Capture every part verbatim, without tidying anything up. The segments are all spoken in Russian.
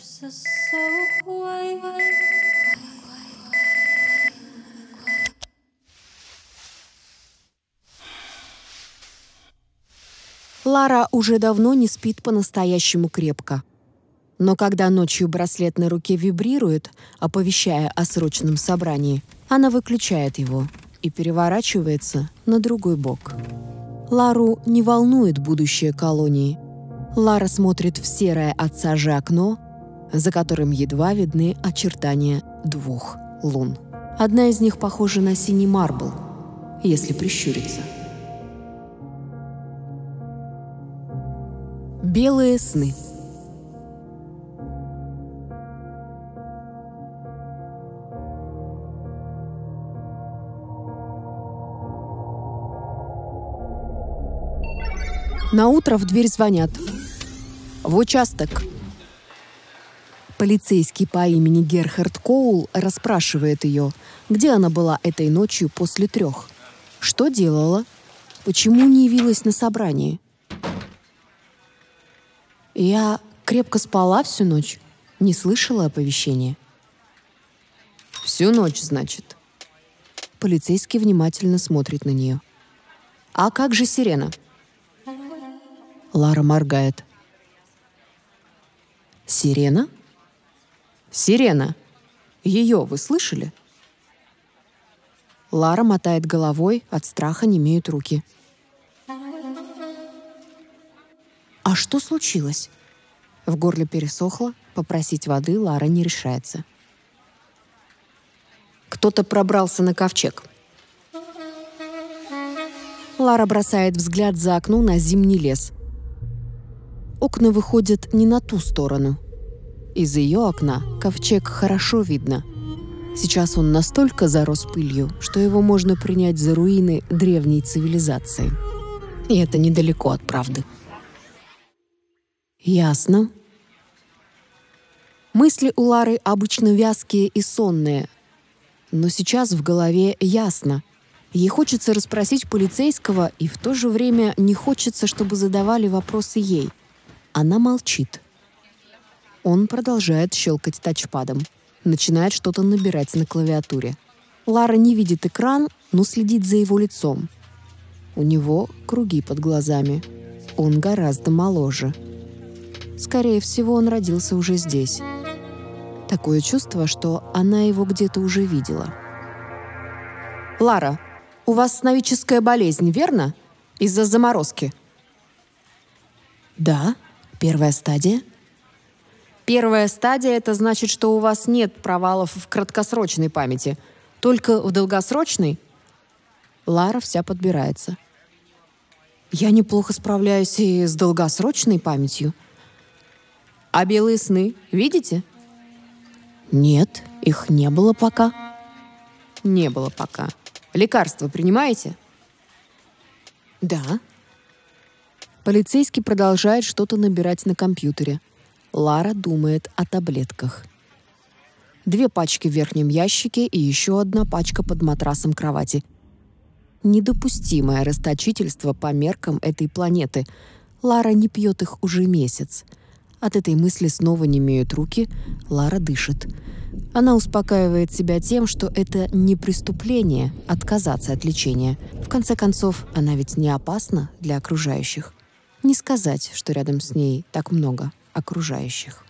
Лара уже давно не спит по-настоящему крепко. Но когда ночью браслет на руке вибрирует, оповещая о срочном собрании, она выключает его и переворачивается на другой бок. Лару не волнует будущее колонии. Лара смотрит в серое от сажи окно, за которым едва видны очертания двух лун. Одна из них похожа на синий марбл, если прищуриться. Белые сны. Наутро в дверь звонят. В участок. Полицейский по имени Герхард Коул расспрашивает ее, где она была этой ночью после трех. Что делала? Почему не явилась на собрание? Я крепко спала всю ночь, не слышала оповещения. Всю ночь, значит. Полицейский внимательно смотрит на нее. А как же сирена? Лара моргает. Сирена? Сирена. Ее вы слышали? Лара мотает головой, от страха немеют руки. А что случилось? В горле пересохло, попросить воды Лара не решается. Кто-то пробрался на ковчег. Лара бросает взгляд за окно на зимний лес. Окна выходят не на ту сторону. Из ее окна ковчег хорошо видно. Сейчас он настолько зарос пылью, что его можно принять за руины древней цивилизации. И это недалеко от правды. Ясно. Мысли у Лары обычно вязкие и сонные. Но сейчас в голове ясно. Ей хочется расспросить полицейского, и в то же время не хочется, чтобы задавали вопросы ей. Она молчит. Он продолжает щелкать тачпадом. Начинает что-то набирать на клавиатуре. Лара не видит экран, но следит за его лицом. У него круги под глазами. Он гораздо моложе. Скорее всего, он родился уже здесь. Такое чувство, что она его где-то уже видела. «Лара, у вас сновидческая болезнь, верно? Из-за заморозки?» «Да, первая стадия». «Первая стадия — это значит, что у вас нет провалов в краткосрочной памяти, только в долгосрочной?» Лара вся подбирается. «Я неплохо справляюсь и с долгосрочной памятью». «А белые сны видите?» «Нет, их не было пока». «Не было пока. Лекарства принимаете?» «Да». Полицейский продолжает что-то набирать на компьютере. Лара думает о таблетках. Две пачки в верхнем ящике и еще одна пачка под матрасом кровати. Недопустимое расточительство по меркам этой планеты. Лара не пьет их уже месяц. От этой мысли снова немеют руки, Лара дышит. Она успокаивает себя тем, что это не преступление отказаться от лечения. В конце концов, она ведь не опасна для окружающих. Не сказать, что рядом с ней так много окружающих.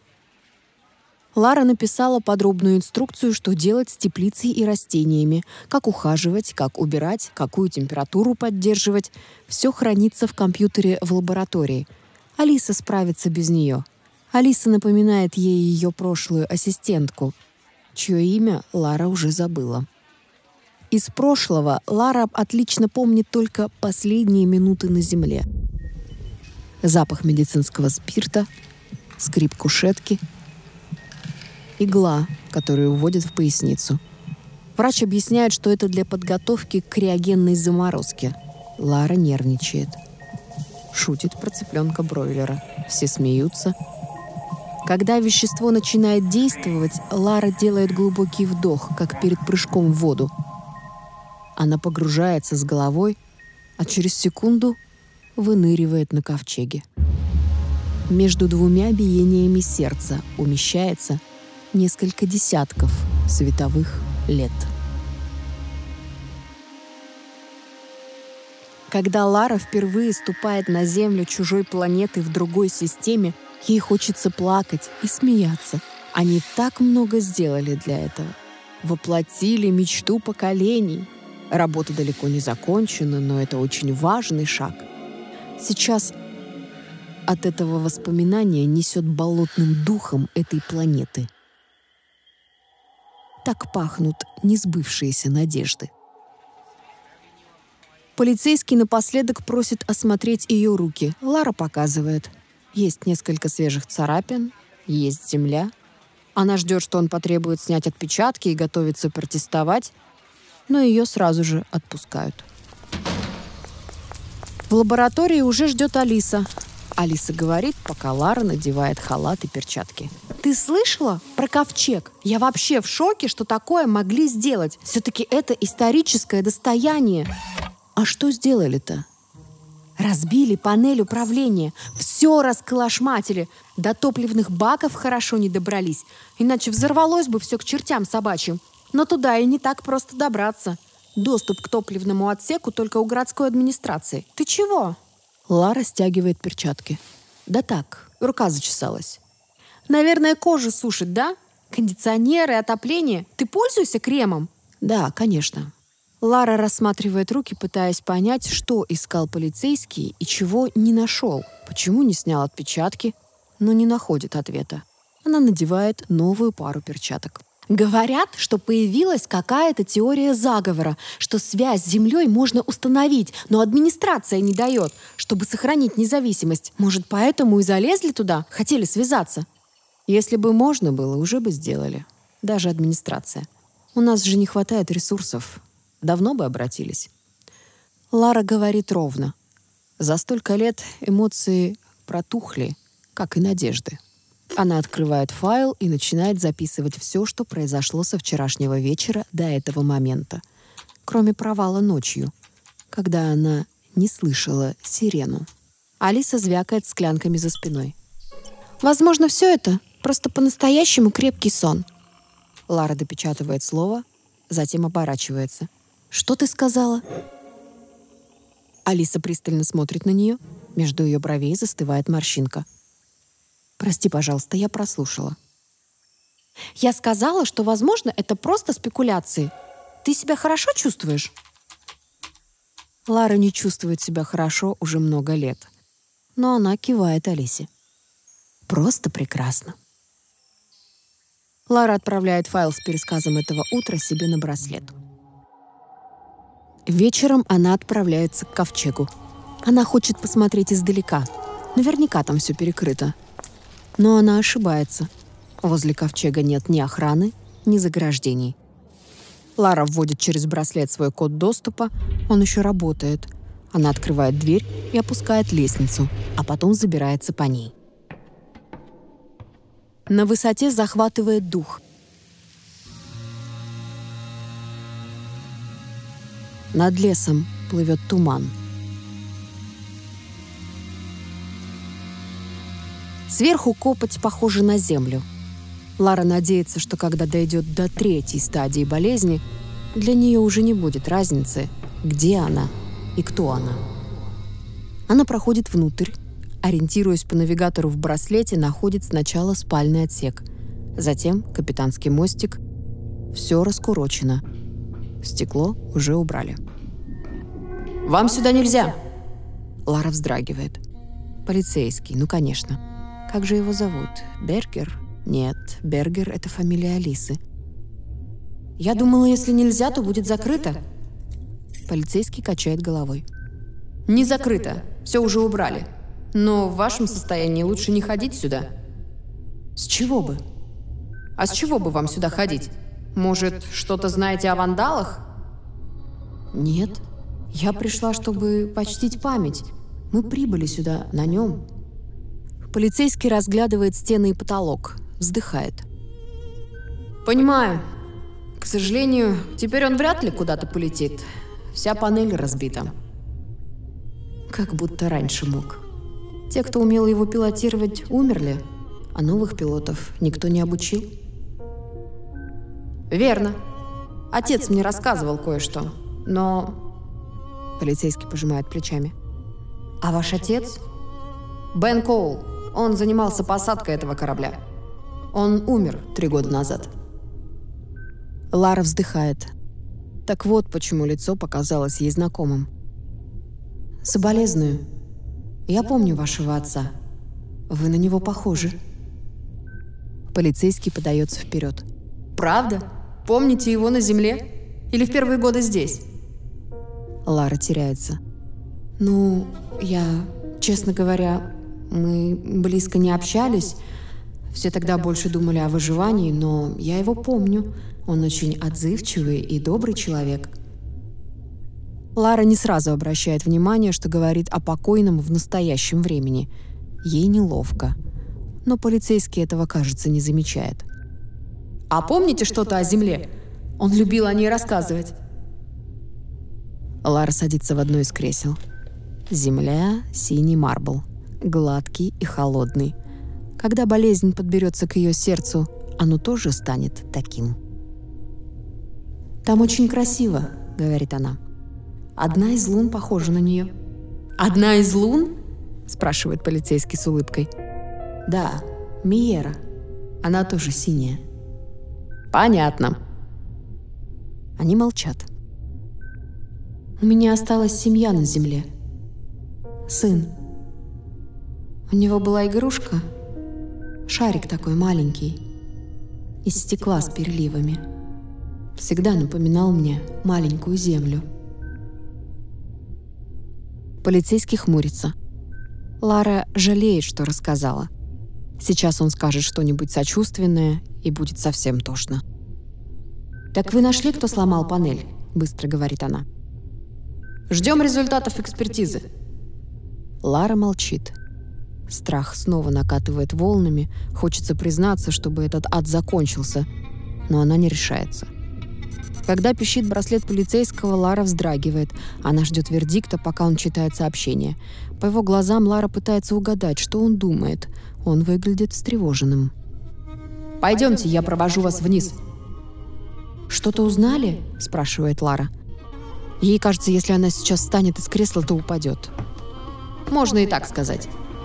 Лара написала подробную инструкцию, что делать с теплицей и растениями, как ухаживать, как убирать, какую температуру поддерживать. Все хранится в компьютере в лаборатории. Алиса справится без нее. Алиса напоминает ей ее прошлую ассистентку, чье имя Лара уже забыла. Из прошлого Лара отлично помнит только последние минуты на земле. Запах медицинского спирта, скрип кушетки, игла, которую уводят в поясницу. Врач объясняет, что это для подготовки к криогенной заморозке. Лара нервничает. Шутит про цыпленка-бройлера. Все смеются. Когда вещество начинает действовать, Лара делает глубокий вдох, как перед прыжком в воду. Она погружается с головой, а через секунду выныривает на ковчеге. Между двумя биениями сердца умещается несколько десятков световых лет. Когда Лара впервые ступает на Землю чужой планеты в другой системе, ей хочется плакать и смеяться. Они так много сделали для этого. Воплотили мечту поколений. Работа далеко не закончена, но это очень важный шаг. Сейчас от этого воспоминания несет болотным духом этой планеты. Так пахнут несбывшиеся надежды. Полицейский напоследок просит осмотреть ее руки. Лара показывает. Есть несколько свежих царапин, есть земля. Она ждет, что он потребует снять отпечатки и готовится протестовать, но ее сразу же отпускают. В лаборатории уже ждет Алиса. Алиса говорит, пока Лара надевает халат и перчатки. «Ты слышала про ковчег? Я вообще в шоке, что такое могли сделать. Все-таки это историческое достояние». «А что сделали-то?» Разбили панель управления, все расколошматили, до топливных баков хорошо не добрались, иначе взорвалось бы все к чертям собачьим. Но туда и не так просто добраться. Доступ к топливному отсеку только у городской администрации. Ты чего? Лара стягивает перчатки. Да так, рука зачесалась. Наверное, кожу сушит, да? Кондиционеры, отопление. Ты пользуешься кремом? Да, конечно. Лара рассматривает руки, пытаясь понять, что искал полицейский и чего не нашел. Почему не снял отпечатки, но не находит ответа. Она надевает новую пару перчаток. Говорят, что появилась какая-то теория заговора, что связь с Землей можно установить, но администрация не дает, чтобы сохранить независимость. Может, поэтому и залезли туда, хотели связаться? Если бы можно было, уже бы сделали. Даже администрация. У нас же не хватает ресурсов. Давно бы обратились. Лара говорит ровно. За столько лет эмоции протухли, как и надежды. Она открывает файл и начинает записывать все, что произошло со вчерашнего вечера до этого момента, кроме провала ночью, когда она не слышала сирену. Алиса звякает склянками за спиной. «Возможно, все это просто по-настоящему крепкий сон». Лара допечатывает слово, затем оборачивается. «Что ты сказала?» Алиса пристально смотрит на нее. Между ее бровей застывает морщинка. «Прости, пожалуйста, я прослушала». «Я сказала, что, возможно, это просто спекуляции. Ты себя хорошо чувствуешь?» Лара не чувствует себя хорошо уже много лет. Но она кивает Алисе. «Просто прекрасно». Лара отправляет файл с пересказом этого утра себе на браслет. Вечером она отправляется к ковчегу. Она хочет посмотреть издалека. Наверняка там все перекрыто. Но она ошибается. Возле ковчега нет ни охраны, ни заграждений. Лара вводит через браслет свой код доступа. Он еще работает. Она открывает дверь и опускает лестницу, а потом забирается по ней. На высоте захватывает дух. Над лесом плывет туман. Сверху копоть похожа на землю. Лара надеется, что когда дойдет до третьей стадии болезни, для нее уже не будет разницы, где она и кто она. Она проходит внутрь, ориентируясь по навигатору в браслете, находит сначала спальный отсек, затем капитанский мостик. Все раскурочено. Стекло уже убрали. «Вам сюда нельзя!» Лара вздрагивает. Полицейский, ну конечно. Как же его зовут? Бергер? Нет, Бергер — это фамилия Алисы. «Я думала, если нельзя, то будет закрыто». Полицейский качает головой. «Не закрыто. Все уже убрали. Но в вашем состоянии лучше не ходить сюда». «С чего бы?» «А с чего бы вам сюда ходить? Может, что-то знаете о вандалах?» «Нет. Я пришла, чтобы почтить память. Мы прибыли сюда на нем». Полицейский разглядывает стены и потолок, вздыхает. «Понимаю. К сожалению, теперь он вряд ли куда-то полетит. Вся панель разбита». Как будто раньше мог. Те, кто умел его пилотировать, умерли, а новых пилотов никто не обучил. Верно. Отец мне рассказывал кое-что, но... Полицейский пожимает плечами. А ваш отец? Бен Коул. Он занимался посадкой этого корабля. Он умер три года назад. Лара вздыхает. Так вот, почему лицо показалось ей знакомым. Соболезную. Я помню вашего отца. Вы на него похожи. Полицейский подается вперед. Правда? Помните его на земле? Или в первые годы здесь? Лара теряется. Ну, я, честно говоря, мы близко не общались. Все тогда больше думали о выживании, но я его помню. Он очень отзывчивый и добрый человек. Лара не сразу обращает внимание, что говорит о покойном в настоящем времени. Ей неловко. Но полицейский этого, кажется, не замечает. «А помните что-то о Земле? Он любил о ней рассказывать». Лара садится в одно из кресел. Земля — синий марбл, гладкий и холодный. Когда болезнь подберется к ее сердцу, оно тоже станет таким. «Там очень красиво», — говорит она. «Одна из лун похожа на нее». «Одна из лун?» — спрашивает полицейский с улыбкой. «Да, Миера. Она тоже синяя». «Понятно». Они молчат. «У меня осталась семья на земле. Сын. У него была игрушка, шарик такой маленький, из стекла с переливами. Всегда напоминал мне маленькую землю». Полицейский хмурится. Лара жалеет, что рассказала. Сейчас он скажет что-нибудь сочувственное, и будет совсем тошно. «Так вы нашли, кто сломал панель?» — быстро говорит она. «Ждем результатов экспертизы». Лара молчит. Страх снова накатывает волнами. Хочется признаться, чтобы этот ад закончился. Но она не решается. Когда пищит браслет полицейского, Лара вздрагивает. Она ждет вердикта, пока он читает сообщение. По его глазам Лара пытается угадать, что он думает. Он выглядит встревоженным. «Пойдемте, я провожу вас вниз». «Что-то узнали?» — спрашивает Лара. Ей кажется, если она сейчас встанет из кресла, то упадет. Можно и так сказать.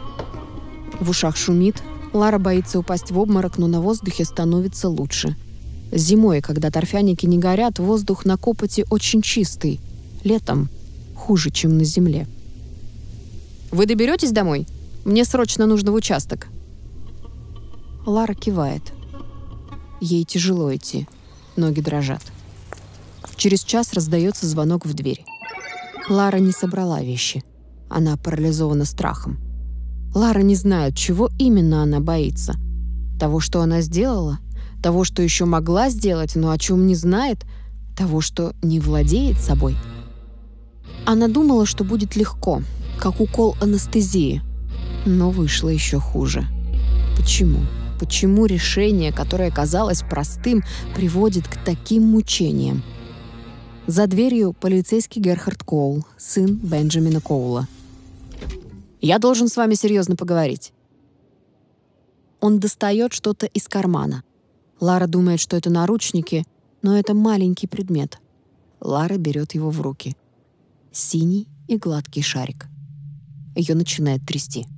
В ушах шумит. Лара боится упасть в обморок, но на воздухе становится лучше. Зимой, когда торфяники не горят, воздух на Копоте очень чистый. Летом хуже, чем на земле. «Вы доберетесь домой? Мне срочно нужно в участок». Лара кивает. Ей тяжело идти. Ноги дрожат. Через час раздается звонок в дверь. Лара не собрала вещи. Она парализована страхом. Лара не знает, чего именно она боится. Того, что она сделала? Того, что еще могла сделать, но о чем не знает? Того, что не владеет собой? Она думала, что будет легко, как укол анестезии. Но вышло еще хуже. Почему? Почему решение, которое казалось простым, приводит к таким мучениям? За дверью полицейский Герхард Коул, сын Бенджамина Коула. «Я должен с вами серьезно поговорить». Он достает что-то из кармана. Лара думает, что это наручники, но это маленький предмет. Лара берет его в руки. Синий и гладкий шарик. Ее начинает трясти.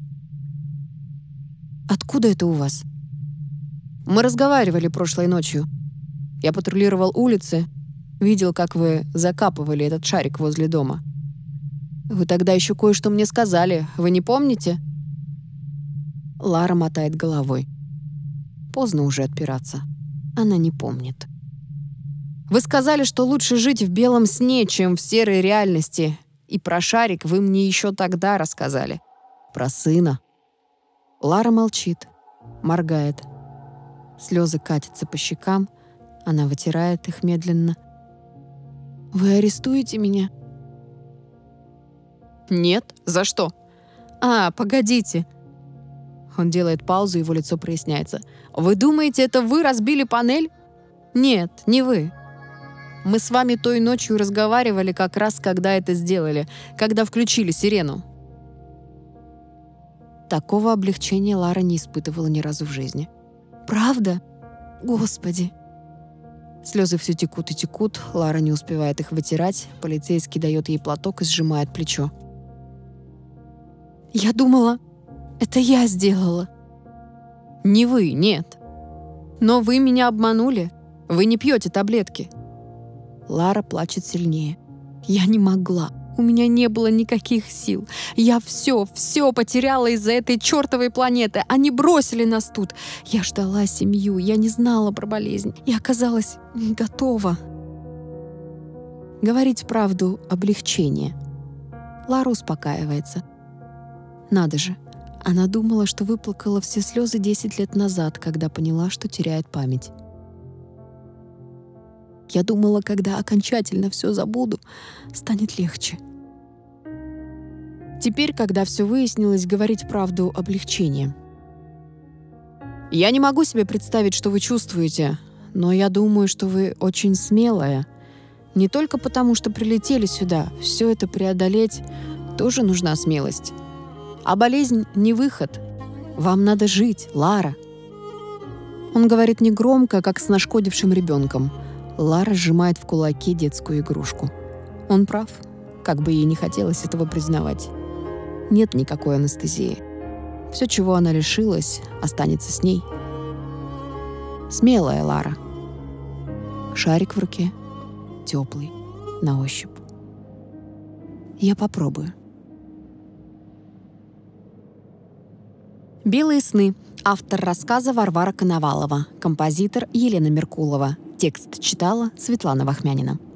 «Откуда это у вас?» «Мы разговаривали прошлой ночью. Я патрулировал улицы, видел, как вы закапывали этот шарик возле дома. Вы тогда еще кое-что мне сказали. Вы не помните?» Лара мотает головой. Поздно уже отпираться. Она не помнит. «Вы сказали, что лучше жить в белом сне, чем в серой реальности. И про шарик вы мне еще тогда рассказали. Про сына». Лара молчит, моргает. Слезы катятся по щекам. Она вытирает их медленно. «Вы арестуете меня?» «Нет. За что?» «А, погодите». Он делает паузу, его лицо проясняется. «Вы думаете, это вы разбили панель?» «Нет, не вы. Мы с вами той ночью разговаривали как раз, когда это сделали, когда включили сирену». Такого облегчения Лара не испытывала ни разу в жизни. «Правда? Господи!» Слезы все текут и текут, Лара не успевает их вытирать, полицейский дает ей платок и сжимает плечо. «Я думала, это я сделала». «Не вы, нет. Но вы меня обманули. Вы не пьете таблетки». Лара плачет сильнее. «Я не могла. У меня не было никаких сил. Я все, все потеряла из-за этой чертовой планеты. Они бросили нас тут. Я ждала семью, я не знала про болезнь. И оказалась не готова». Говорить правду — облегчение. Лара успокаивается. Надо же, она думала, что выплакала все слезы десять лет назад, когда поняла, что теряет память. «Я думала, когда окончательно все забуду, станет легче». Теперь, когда все выяснилось, говорить правду — облегчение. «Я не могу себе представить, что вы чувствуете, но я думаю, что вы очень смелая. Не только потому, что прилетели сюда. Все это преодолеть тоже нужна смелость. А болезнь — не выход. Вам надо жить, Лара». Он говорит негромко, как с нашкодившим ребенком. Лара сжимает в кулаке детскую игрушку. Он прав, как бы ей не хотелось этого признавать. Нет никакой анестезии. Все, чего она лишилась, останется с ней. Смелая Лара. Шарик в руке, теплый, на ощупь. Я попробую. «Белые сны». Автор рассказа Варвара Коновалова. Композитор Елена Меркулова. Текст читала Светлана Вахмянина.